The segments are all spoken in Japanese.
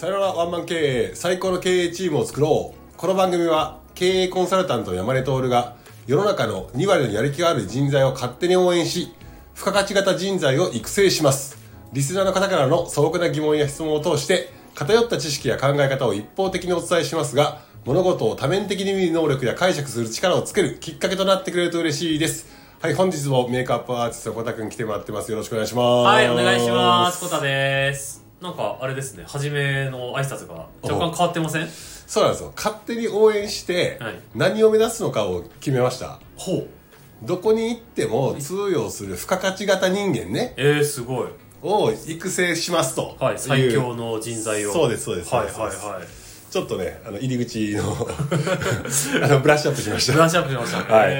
さよならワンマン経営、最高の経営チームを作ろう。この番組は経営コンサルタント山根徹が世の中の2割のやる気がある人材を勝手に応援し、付加価値型人材を育成します。リスナーの方からの素朴な疑問や質問を通して偏った知識や考え方を一方的にお伝えしますが、物事を多面的に見る能力や解釈する力をつけるきっかけとなってくれると嬉しいです。はい、本日もメイクアップアーティスト小田くん来てもらってます。よろしくお願いします。 はい、お願いします。小田です。なんかあれですね、初めの挨拶が若干変わってません？ そうなんですよ。勝手に応援して何を目指すのかを決めました。 ほう。 どこに行っても通用する付加価値型人間ね。 すごい。 を育成しますと。 はい、最強の人材を。 そうですそうです。 はいはいはい。 ちょっとね、入り口のブラッシュアップしました。 ブラッシュアップしました。 はい。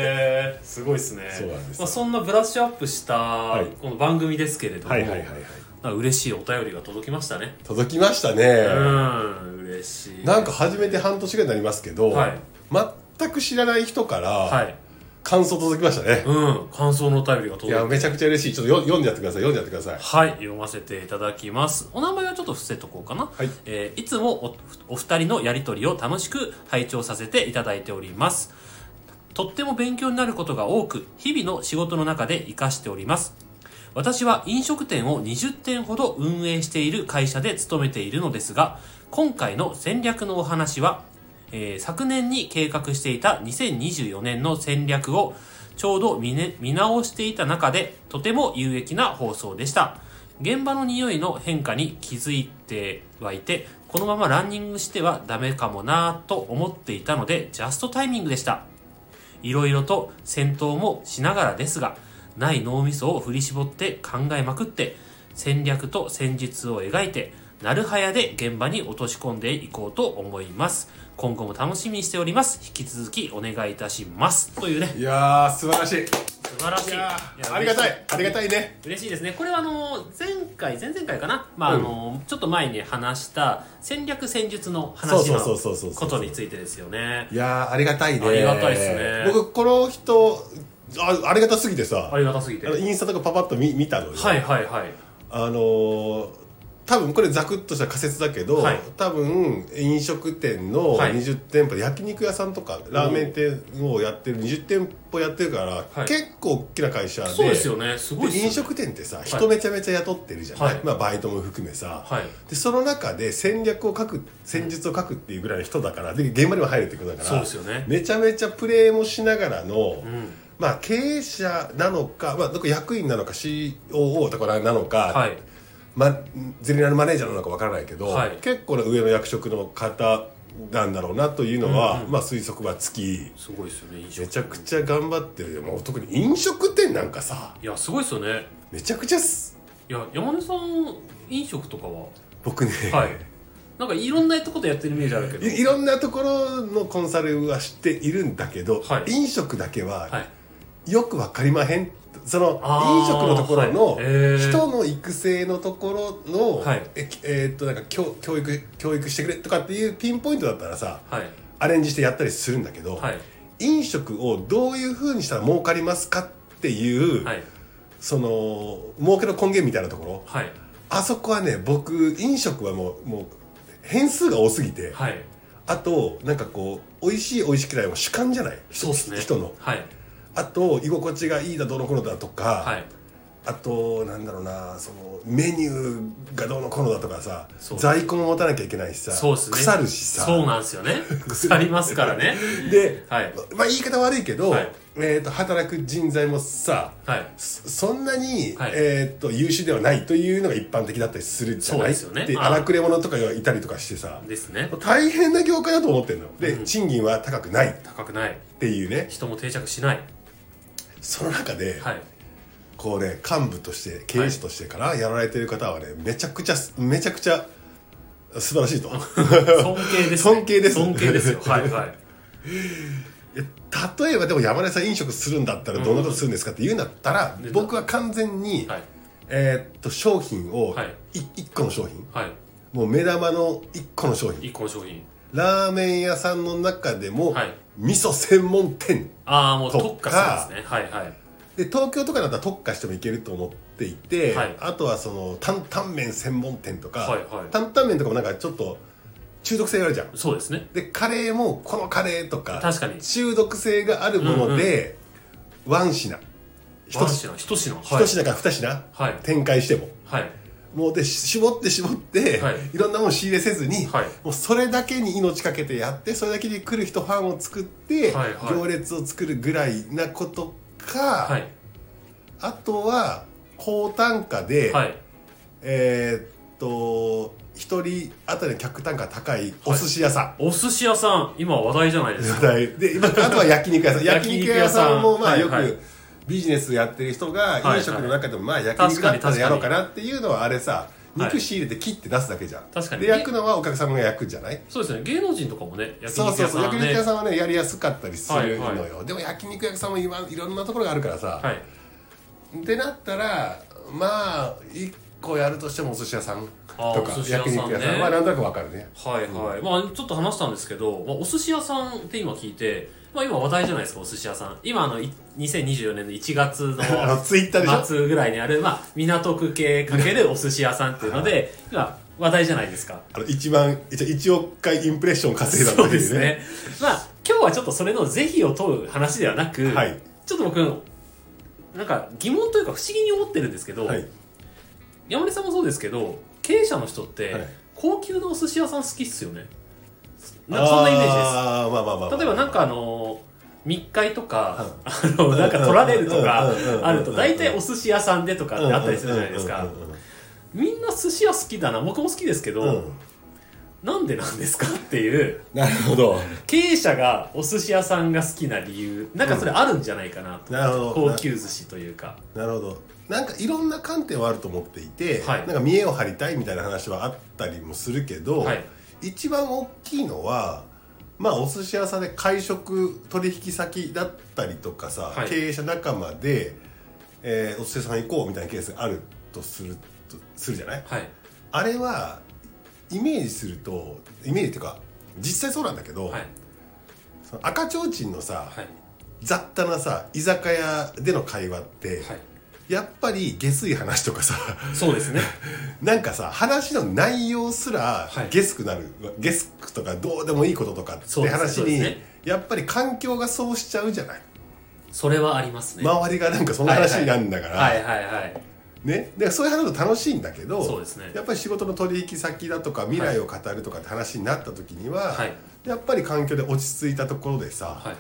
すごいですね。 そうなんです。 そんなブラッシュアップしたこの番組ですけれども、 はいはいはいはい。 嬉しいお便りが届きましたね。 届きましたね。 嬉しい。 なんか始めて半年ぐらいになりますけど、全く知らない人から感想届きましたね。 感想のお便りが届いて。 いや、めちゃくちゃ嬉しい。ちょっと読んでやってください。読んでやってください。 はい、読ませていただきます。お名前はちょっと伏せとこうかな。はい。いつもお二人のやりとりを楽しく拝聴させていただいております。とっても勉強になることが多く、日々の仕事の中で活かしております。私は飲食店を20店ほど運営している会社で勤めているのですが、今回の戦略のお話は、昨年に計画していた2024年の戦略をちょうど見直していた中で、とても有益な放送でした。現場の匂いの変化に気づいてはいて、このままランニングしてはダメかもなぁと思っていたので、ジャストタイミングでした。いろいろと戦闘もしながらですが、ない脳みそを振り絞って考えまくって、戦略と戦術を描いて、なるはやで現場に落とし込んでいこうと思います。今後も楽しみにしております。引き続きお願いいたします。というね。 いやー、素晴らしい。 素晴らしい。 ありがたい。ありがたいね。 嬉しいですね。これは前々回かな。ちょっと前に話した戦略戦術の話のことについてですよね。 いやー、ありがたいね。 ありがたいですね。 僕、この人、ありがたすぎてさ、 ありがたすぎてインスタとかパパッと見たのよ。 はいはいはい。 多分これザクッとした仮説だけど、多分飲食店の20店舗、焼肉屋さんとかラーメン店をやってる20店舗やってるから、結構大きな会社で、 そうですよね。すごいですよね。 飲食店ってさ、人めちゃめちゃ雇ってるじゃない、バイトも含めさ、でその中で戦略を書く、戦術を書くっていうぐらいの人だから、で現場にも入るってことだから、 そうですよね。 めちゃめちゃプレーもしながらの、経営者なのか、役員なのか COO とかなのか、ゼネラルマネージャーなのかわからないけど、結構な上の役職の方なんだろうなというのは、推測はつき、 すごいですよね。 めちゃくちゃ頑張ってる。もう特に飲食店なんかさ、 いやすごいですよね。 めちゃくちゃいや、山根さん飲食とかは？ 僕ね、 なんかいろんなことやってるイメージあるけど、 いろんなところのコンサルは知っているんだけど、飲食だけはよくわかりまへん。その飲食のところの人の育成のところの、なんか教育してくれとかっていうピンポイントだったらさ、アレンジしてやったりするんだけど、飲食をどういう風にしたら儲かりますかっていう、その儲けの根源みたいなところ、あそこはね、僕飲食はもう変数が多すぎて、あとなんかこう美味しい美味しくないは主観じゃない、 そうですね、 人の。あと居心地がいいだどうのこうのだとか、あとなんだろうな、そのメニューがどうのこうのだとかさ、在庫も持たなきゃいけないしさ、腐るしさ。 そうなんですよね。腐りますからね。 で、言い方悪いけど、働く人材もさ、そんなに、優秀ではないというのが一般的だったりするじゃない。そうですよね。で、荒くれ者とかがいたりとかしてさ、 ですね。 大変な業界だと思ってんの。で、賃金は高くないっていうね。 人も定着しない。 その中で、こうね、幹部として経営者としてからやられてる方はね、めちゃくちゃ素晴らしいと。 尊敬です、ね、尊敬ですよ。 例えばでも山根さん飲食するんだったらどんなことするんですかって言うんだったら、僕は完全に、商品を1個の商品、もう目玉の1個の商品、ラーメン屋さんの中でも、味噌専門店もう特化するんですね。 で東京とかだったら特化してもいけると思っていて、はい、あとはその担々麺専門店とか、はいはい、担々麺とかもなんかちょっと中毒性があるじゃん。 そうですね。 でカレーもこのカレーとか確かに中毒性があるもので、ワン品一品から二品、はい、展開しても、はい、もうで絞って、はい、いろんなもの仕入れせずに、はい、もうそれだけに命かけてやって、それだけに来る人ファンを作って、はいはい、行列を作るぐらいなことか、はい、あとは高単価で、はい、一人当たりの客単価高いお寿司屋さん、 はい、お寿司屋さん今話題じゃないですか。 話題で、今あとは焼肉屋さん焼肉屋さんもまあよく、はいはい、ビジネスやってる人が飲食の中でもまあ焼肉だったらやろうかなっていうのはあれさ、肉仕入れて切って出すだけじゃん。 確かに。 で焼くのはお客さんが焼くんじゃない？ そうですね。芸能人とかもね、 焼肉屋さんね。そう焼肉屋さんはねやりやすかったりするのよ。はいはい、でも焼肉屋さんも今いろんなところがあるからさ。はい。ってなったらまあ一個やるとしてもお寿司屋さんとか焼肉屋さんはなんとなくわかるね。 はいはい。まあちょっと話したんですけど、まあ、お寿司屋さんって今聞いて。まあ今話題じゃないですか、お寿司屋さん。今2024年の1月のツイッターでしょ末ぐらいにある、まあ港区系かけるお寿司屋さんっていうので、今話題じゃないですか。 1億回インプレッション稼いだんだけどね。 そうですね。まあ今日はちょっとそれの是非を問う話ではなく、はい、ちょっと僕、なんか疑問というか不思議に思ってるんですけど、はい、山根さんもそうですけど、経営者の人って、高級なお寿司屋さん好きっすよね。なんかそんなイメージです。例えばなんか密会とか、なんか取られるとかあると大体お寿司屋さんでとかってあったりするじゃないですか。みんな寿司屋好きだな、僕も好きですけど、なんでなんですかっていう。 なるほど。 経営者がお寿司屋さんが好きな理由、なんかそれあるんじゃないかなと。なるほど。高級寿司というか。 なるほど。なんかいろんな観点はあると思っていて、なんか見栄を張りたいみたいな話はあったりもするけど、一番大きいのはまあお寿司屋さんで会食取引先だったりとかさ、はい、経営者仲間で、お寿司屋さん行こうみたいなケースがあるとするじゃない、はい、あれはイメージっていうか実際そうなんだけど、はい、その赤ちょうちんのさ、はい、雑多なさ居酒屋での会話って、はい、やっぱり下水話とかさそうですねなんかさ話の内容すらゲスクなる、はい、ゲスクとかどうでもいいこととかって話に、やっぱり環境がそうしちゃうじゃない。 それはありますね。 周りがなんかそんな話になるんだから、 はいはいはいね、でそういう話だと楽しいんだけど、 そうですね、 やっぱり仕事の取引先だとか未来を語るとかって話になった時には、はい、やっぱり環境で落ち着いたところでさ、はい、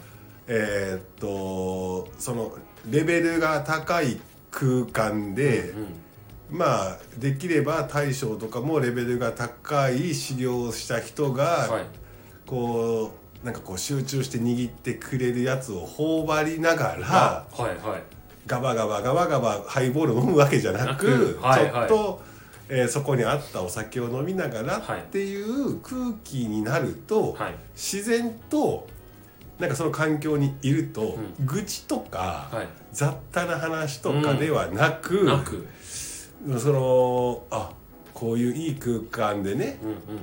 そのレベルが高い空間で、まあできれば大将とかもレベルが高い修行をした人が、こうなんかこう集中して握ってくれるやつを頬張りながら、ガバガバハイボールを飲むわけじゃなく、ちょっと、そこにあったお酒を飲みながらっていう空気になると、自然となんかその環境にいると、愚痴とか、雑多な話とかではなく、そのこういういい空間でね、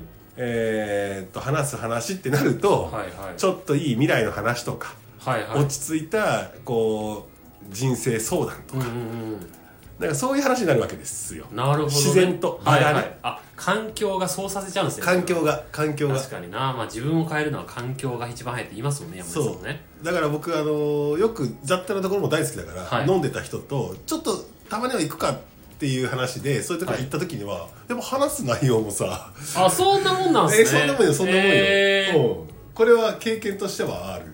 話す話ってなると、ちょっといい未来の話とか、落ち着いたこう人生相談とか、なんかそういう話になるわけですよ。 なるほど、ね、 自然と場がね、 環境がそうさせちゃうんですね。 環境が確かにな、まあ、自分を変えるのは環境が一番早いって言いますもんね、山本さんね。 だから僕よく雑多なところも大好きだから、飲んでた人とちょっとたまには行くかっていう話でそういうところに行った時には、でも話す内容もさそんなもんなんですね。 そんなもんよ、これは経験としてはある。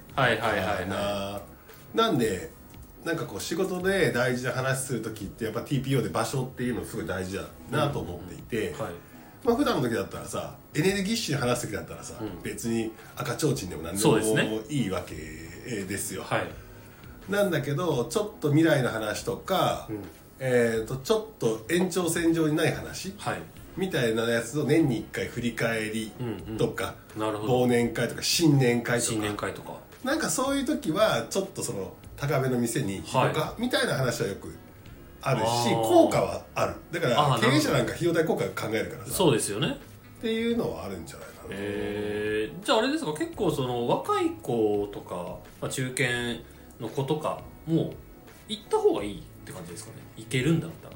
なんでなんかこう仕事で大事な話する時ってやっぱ TPO で場所っていうのすごい大事だなと思っていて、まあ普段の時だったらさエネルギッシュに話す時だったらさ、別に赤ちょうちんでも何でもいいわけですよ。なんだけどちょっと未来の話とか、ちょっと延長線上にない話、みたいなやつを年に1回振り返りとか、忘年会とか新年会とかなんかそういう時はちょっとその高めの店に行こうか、みたいな話はよくあるし、効果はある。だから経営者なんか費用対効果考えるからさ、 そうですよねっていうのはあるんじゃないかな。 じゃああれですか、結構その若い子とか、中堅の子とかも行った方がいいって感じですかね。行けるんだったら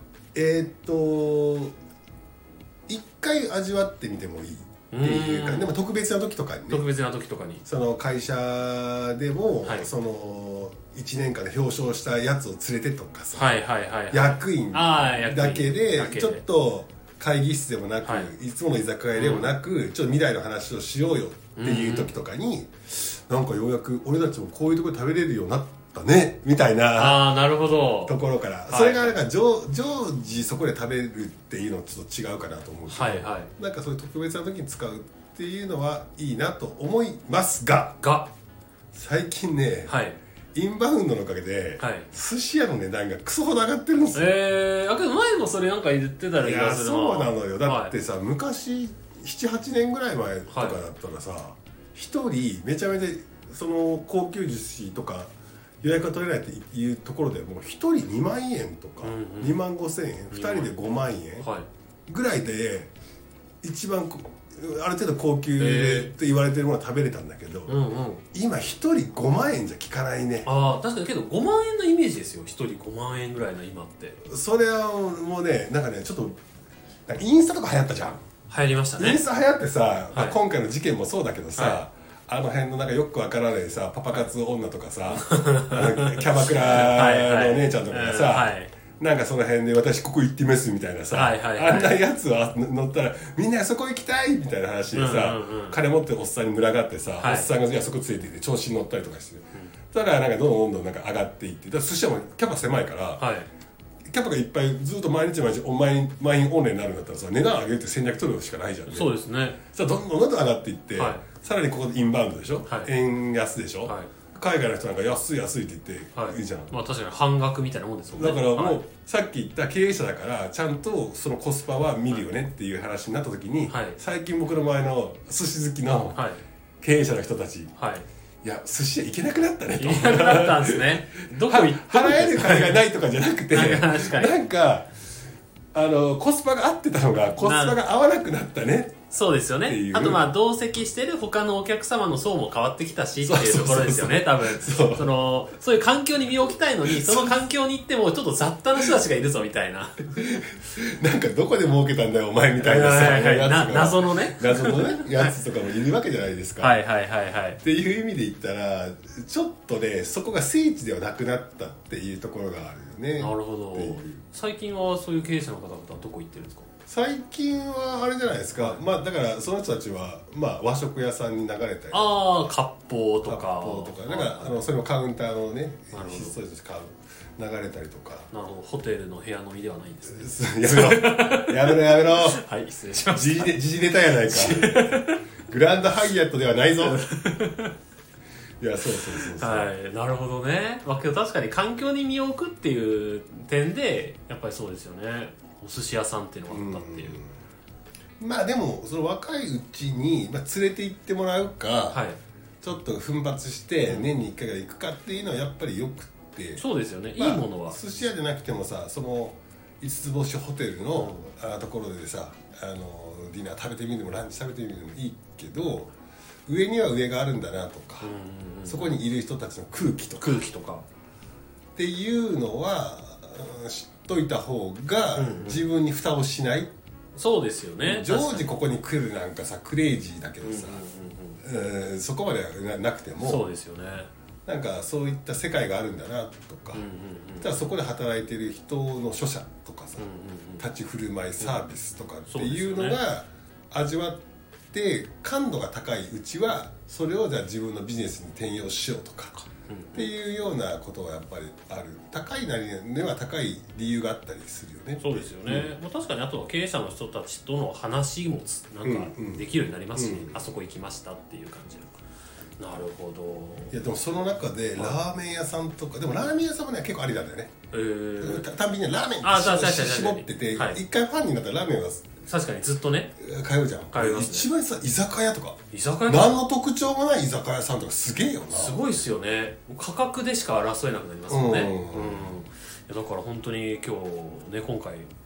一回味わってみてもいいっていうか、でも特別な時とかにね、 特別な時とかにその会社でも、 はい、 その1年間で表彰したやつを連れてとかさ、 はいはいはいはい、 役員だけでちょっと会議室でもなく、はい、いつもの居酒屋でもなく、ちょっと未来の話をしようよっていう時とかに、なんかようやく俺たちもこういうところで食べれるようになったねみたいな、 なるほどところから、それがなんか常時そこで食べるっていうのはちょっと違うかなと思うけど、 はいはい、 なんかそういう特別な時に使うっていうのはいいなと思いますが最近ね、はい、インバウンドのおかげで、はい、寿司屋の値段がクソほど上がってるんですよ。 あけど前もそれなんか言ってたらいいやするな。 そうなのよ。だってさ、はい、昔 7,8 年ぐらい前とかだったらさ、一、はい、人めちゃめちゃその高級寿司とか予約が取れないっていうところでもう1人2万円とか、うんうん、2万5千円2人で5万円ぐらいで一番ある程度高級と言われてるものは食べれたんだけど、うんうん、今1人5万円じゃ効かないね。 確かにけど5万円のイメージですよ。1人5万円ぐらいの今って。 それはもうね、なんかねちょっとインスタとか流行ったじゃん。 流行りましたね。 インスタ流行ってさ、はい、今回の事件もそうだけどさ、はい、あの辺のなんかよくわからないさパパ活女とかさキャバクラの姉ちゃんとかがさ、はい、なんかその辺で私ここ行ってますみたいなさ、はいはいはい、あんなやつは乗ったらみんなそこ行きたいみたいな話でさ、うんうんうん、金持ってるおっさんに群がってさ、はい、おっさんがあそこついていて調子に乗ったりとかして、うん、ただなんかどんどんなんか上がっていって、だから寿司屋もキャパ狭いから、はい、キャパがいっぱいずっと毎日満員御礼になるんだったらさ値段上げるって戦略取るしかないじゃんね。 そうですね。 さあどんどん上がっていって、はい、さらにここでインバウンドでしょ、はい、円安でしょ、はい、海外の人なんか安い安いって言っていいじゃん、 まあ確かに半額みたいなもんですもんね。 だからもう、はい、さっき言った経営者だからちゃんとそのコスパは見るよねっていう話になった時に、はい、最近僕の前の寿司好きの経営者の人たち、はい、いや寿司屋行けなくなったねと。 行けなくなったんですね。どこ行った払える金がないとかじゃなくてなんかコスパが合ってたのがコスパが合わなくなったね。 そうですよね。あとまあ同席してる他のお客様の層も変わってきたしっていうところですよね。多分そういう環境に身を置きたいのに、その環境に行ってもちょっと雑多な人たちがいるぞみたいな。 なんかどこで儲けたんだよお前みたいなさ、 謎のねやつとかもいるわけじゃないですか。 はいはいはいはい。 っていう意味で言ったらちょっとねそこが聖地ではなくなったっていうところがあるよね。 なるほど。最近はそういう経営者の方々はどこ行ってるんですか？ 最近はあれじゃないですか、まあだからその人たちは、まあ、和食屋さんに流れたり、 割烹とかなんかそれもカウンターのねひっそりとして流れたりとか。 なるほど。ホテルの部屋飲みではないんですね。やめろはい失礼しました。 時事ネタやないかグランドハイアットではないぞいやそうはい、なるほどね。けど確かに環境に身を置くっていう点でやっぱりそうですよね。お寿司屋さんっていうのがあったっていう。 まあでもその若いうちに、連れて行ってもらうか、はい、ちょっと奮発して年に1回ぐらい行くかっていうのはやっぱりよくって。 そうですよね。いいものは寿司屋でなくてもさ、その5つ星ホテルの、ところでさディナー食べてみるのもランチ食べてみるのもいいけど、上には上があるんだなとか、そこにいる人たちの空気とかっていうのは知っといた方が自分に蓋をしない。 そうですよね。 常時ここに来るなんかさクレイジーだけどさ、そこまではなくてもそうですよね。 なんかそういった世界があるんだなとか、ただそこで働いてる人の所作とかさ、立ち振る舞いサービスとかっていうのが味わって感度が高いうちはそれをじゃあ自分のビジネスに転用しようとかっていうようなことはやっぱりある。高いなりには高い理由があったりするよね。 そうですよね、確かにあとは経営者の人たちとの話もなんかできるようになりますし、あそこ行きましたっていう感じ。なるほど。 いやでもその中でラーメン屋さんとか、でもラーメン屋さんもね結構ありなんだよね。単品にラーメンって絞ってて、一回ファンになったらラーメンは確かにずっとね通うじゃん。 通いますね。 一番さ居酒屋とか何の特徴もない居酒屋さんとかすげえよな。 すごいっすよね。価格でしか争えなくなりますもんね。だから本当に今回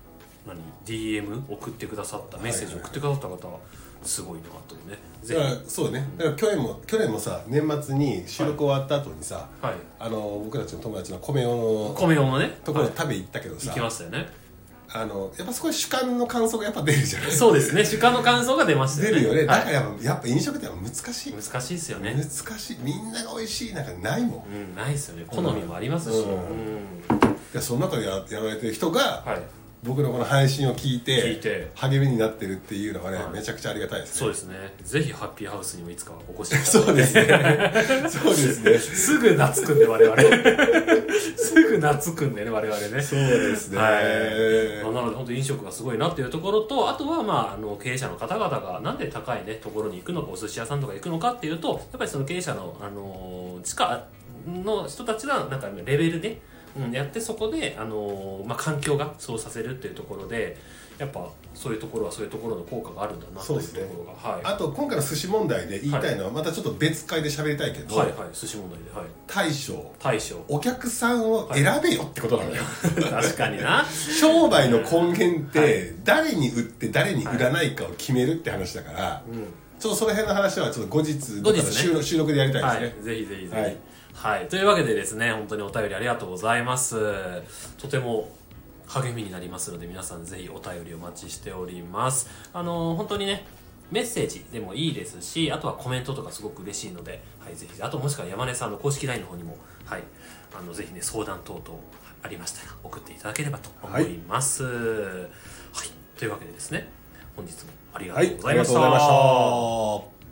DM 送ってくださったメッセージ送ってくださった方はすごいなというね。 だからそうだね、だから去年もさ年末に収録終わった後にさ、はい、僕たちの友達の米代のねところ食べ行ったけどさ、 行きましたよね。 やっぱそこで主観の感想がやっぱ出るじゃない。 そうですね、主観の感想が出ましたよね。 出るよね。だからやっぱ飲食店は難しいですよね。 難しい。みんなが美味しいなんかないもん、ないですよね。好みもありますし、いやその中でやられてる人が、はい、僕のこの配信を聞いて励みになってるっていうのがね、めちゃくちゃありがたいですね。 そうですね。ぜひハッピーハウスにもいつかお越しください。 そうですね。そうですね。 すぐ懐くんで我々。すぐ懐くんでね我々ね。 そうですね。 はい。なので本当飲食がすごいなっていうところと、あとは経営者の方々がなんで高いねところに行くのか、お寿司屋さんとか行くのかっていうと、やっぱりその経営者の地下の人たちがなんかレベルで。やってそこで、環境がそうさせるっていうところで、やっぱそういうところはそういうところの効果があるんだなというところが、はい、 あと今回の寿司問題で言いたいのは、またちょっと別回で喋りたいけど、 はいはい、寿司問題で、はい、 大将お客さんを選べよってことなのよ、 確かにな。 商売の根源って誰に売って誰に売らないかを決めるって話だから、ちょっとその辺の話はちょっと後日収録でやりたいですね。 ぜひぜひぜひ、はい、というわけでですね、本当にお便りありがとうございます。とても励みになりますので、皆さんぜひお便りお待ちしております。本当にね、メッセージでもいいですし、あとはコメントとかすごく嬉しいので、はい、ぜひ、あともしくは山根さんの公式 LINE の方にも、はい、ぜひね、相談等々ありましたら送っていただければと思います。はい、というわけでですね、本日もありがとうございました。 はい、ありがとうございました。